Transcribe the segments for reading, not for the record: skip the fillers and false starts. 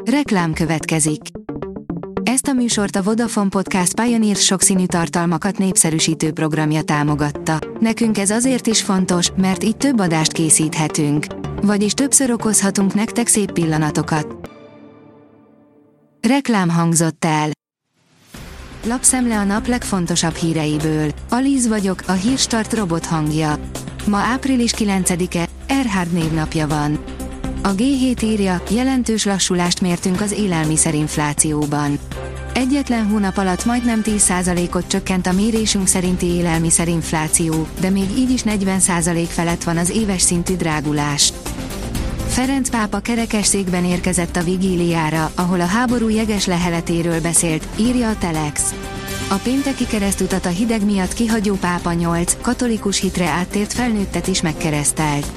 Reklám következik. Ezt a műsort a Vodafone Podcast Pioneer sokszínű tartalmakat népszerűsítő programja támogatta. Nekünk ez azért is fontos, mert így több adást készíthetünk. Vagyis többször okozhatunk nektek szép pillanatokat. Reklám hangzott el. Lapszemle a nap legfontosabb híreiből. Alíz vagyok, a Hírstart robot hangja. Ma április 9-e, Erhard névnapja van. A G7 írja, jelentős lassulást mértünk az élelmiszerinflációban. Egyetlen hónap alatt majdnem 10%-ot csökkent a mérésünk szerinti élelmiszerinfláció, de még így is 40% felett van az éves szintű drágulás. Ferenc pápa kerekesszékben érkezett a vigíliára, ahol a háború jeges leheletéről beszélt, írja a Telex. A pénteki keresztutat a hideg miatt kihagyó pápa 8, katolikus hitre áttért felnőttet is megkeresztelt.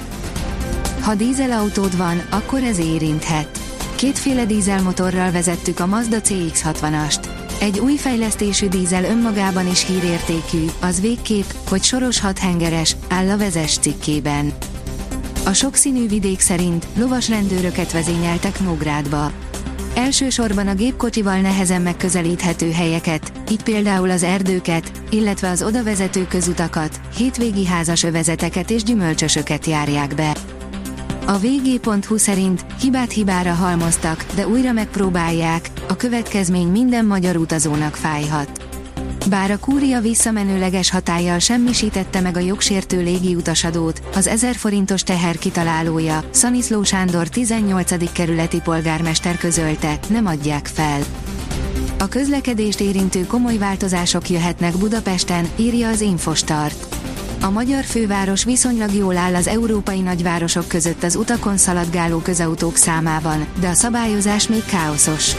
Ha dízelautód van, akkor ez érinthet. Kétféle dízelmotorral vezettük a Mazda CX-60-ast. Egy új fejlesztésű dízel önmagában is hírértékű, az végképp, hogy soros 6 hengeres, áll a Vezess cikkében. A sokszínű vidék szerint lovas rendőröket vezényeltek Nógrádba. Elsősorban a gépkocsival nehezen megközelíthető helyeket, így például az erdőket, illetve az odavezető közutakat, hétvégi házas övezeteket és gyümölcsösöket járják be. A vg.hu szerint hibát hibára halmoztak, de újra megpróbálják, a következmény minden magyar utazónak fájhat. Bár a kúria visszamenőleges hatállyal semmisítette meg a jogsértő légiutasadót, az 1000 forintos teher kitalálója, Szaniszló Sándor 18. kerületi polgármester közölte, nem adják fel. A közlekedést érintő komoly változások jöhetnek Budapesten, írja az Infostart. A magyar főváros viszonylag jól áll az európai nagyvárosok között az utakon szaladgáló közautók számában, de a szabályozás még káoszos.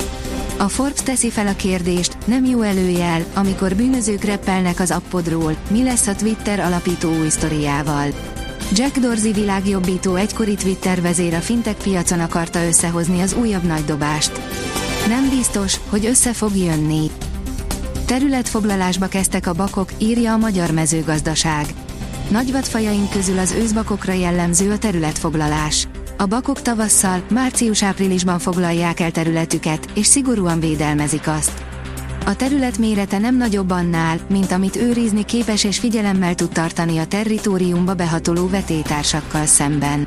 A Forbes teszi fel a kérdést, nem jó előjel, amikor bűnözők reppelnek az appodról, mi lesz a Twitter alapító új sztoriával. Jack Dorsey világjobbító egykori Twitter vezér a fintech piacon akarta összehozni az újabb nagydobást. Nem biztos, hogy össze fog jönni. Területfoglalásba kezdtek a bakok, írja a Magyar Mezőgazdaság. Nagyvadfajaink közül az őszbakokra jellemző a területfoglalás. A bakok tavasszal, március-áprilisban foglalják el területüket, és szigorúan védelmezik azt. A terület mérete nem nagyobb annál, mint amit őrizni képes és figyelemmel tud tartani a territóriumba behatoló vetélytársakkal szemben.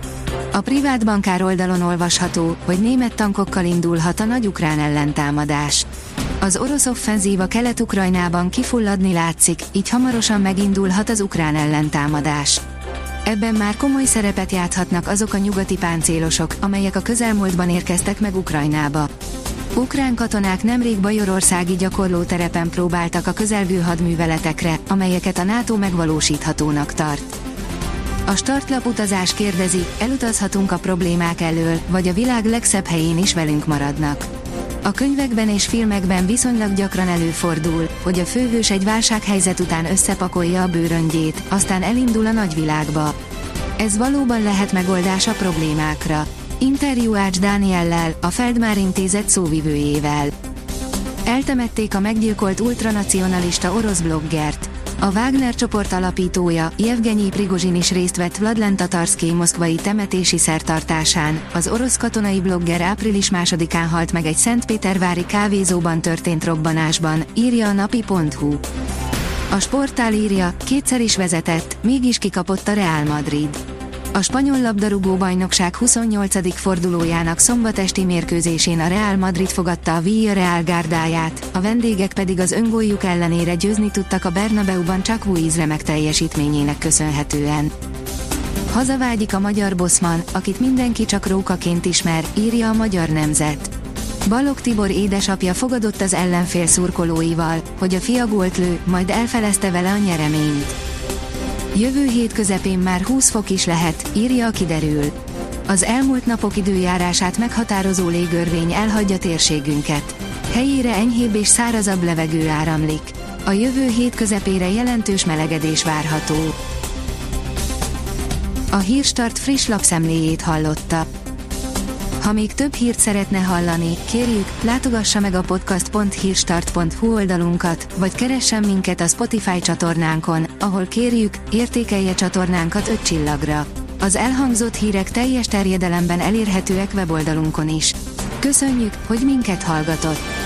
A privát bankár oldalon olvasható, hogy német tankokkal indulhat a nagy ukrán ellentámadás. Az orosz offenzíva Kelet-Ukrajnában kifulladni látszik, így hamarosan megindulhat az ukrán ellentámadás. Ebben már komoly szerepet játszhatnak azok a nyugati páncélosok, amelyek a közelmúltban érkeztek meg Ukrajnába. Ukrán katonák nemrég bajorországi gyakorlóterepen próbáltak a közelgő hadműveletekre, amelyeket a NATO megvalósíthatónak tart. A startlap utazás kérdezi, elutazhatunk a problémák elől, vagy a világ legszebb helyén is velünk maradnak. A könyvekben és filmekben viszonylag gyakran előfordul, hogy a főhős egy válsághelyzet után összepakolja a bőröngyét, aztán elindul a nagyvilágba. Ez valóban lehet megoldás a problémákra. Interjú Ács Dániellel, a Feldmár Intézet szóvivőjével. Eltemették a meggyilkolt ultranacionalista orosz bloggert. A Wagner csoport alapítója, Jevgenyi Prigozsin is részt vett Vladlen Tatarszkij moszkvai temetési szertartásán. Az orosz katonai blogger április 2-án halt meg egy szentpétervári kávézóban történt robbanásban, írja a napi.hu. A sporttál írja, kétszer is vezetett, mégis kikapott a Real Madrid. A spanyol labdarúgó-bajnokság 28. fordulójának szombatesti mérkőzésén a Real Madrid fogadta a Villarreal gárdáját, a vendégek pedig az öngóljuk ellenére győzni tudtak a Bernabeuban csak Luiz remek teljesítményének köszönhetően. Hazavágyik a magyar boszman, akit mindenki csak rókaként ismer, írja a Magyar Nemzet. Balogh Tibor édesapja fogadott az ellenfél szurkolóival, hogy a fia gólt lő, majd elfelezte vele a nyereményt. Jövő hét közepén már 20 fok is lehet, írja a Kiderül. Az elmúlt napok időjárását meghatározó légörvény elhagyja térségünket. Helyére enyhébb és szárazabb levegő áramlik. A jövő hét közepére jelentős melegedés várható. A Hírstart friss lapszemléjét hallotta. Ha még több hírt szeretne hallani, kérjük, látogassa meg a podcast.hírstart.hu oldalunkat, vagy keressen minket a Spotify csatornánkon, ahol kérjük, értékelje csatornánkat 5 csillagra. Az elhangzott hírek teljes terjedelemben elérhetőek weboldalunkon is. Köszönjük, hogy minket hallgatott!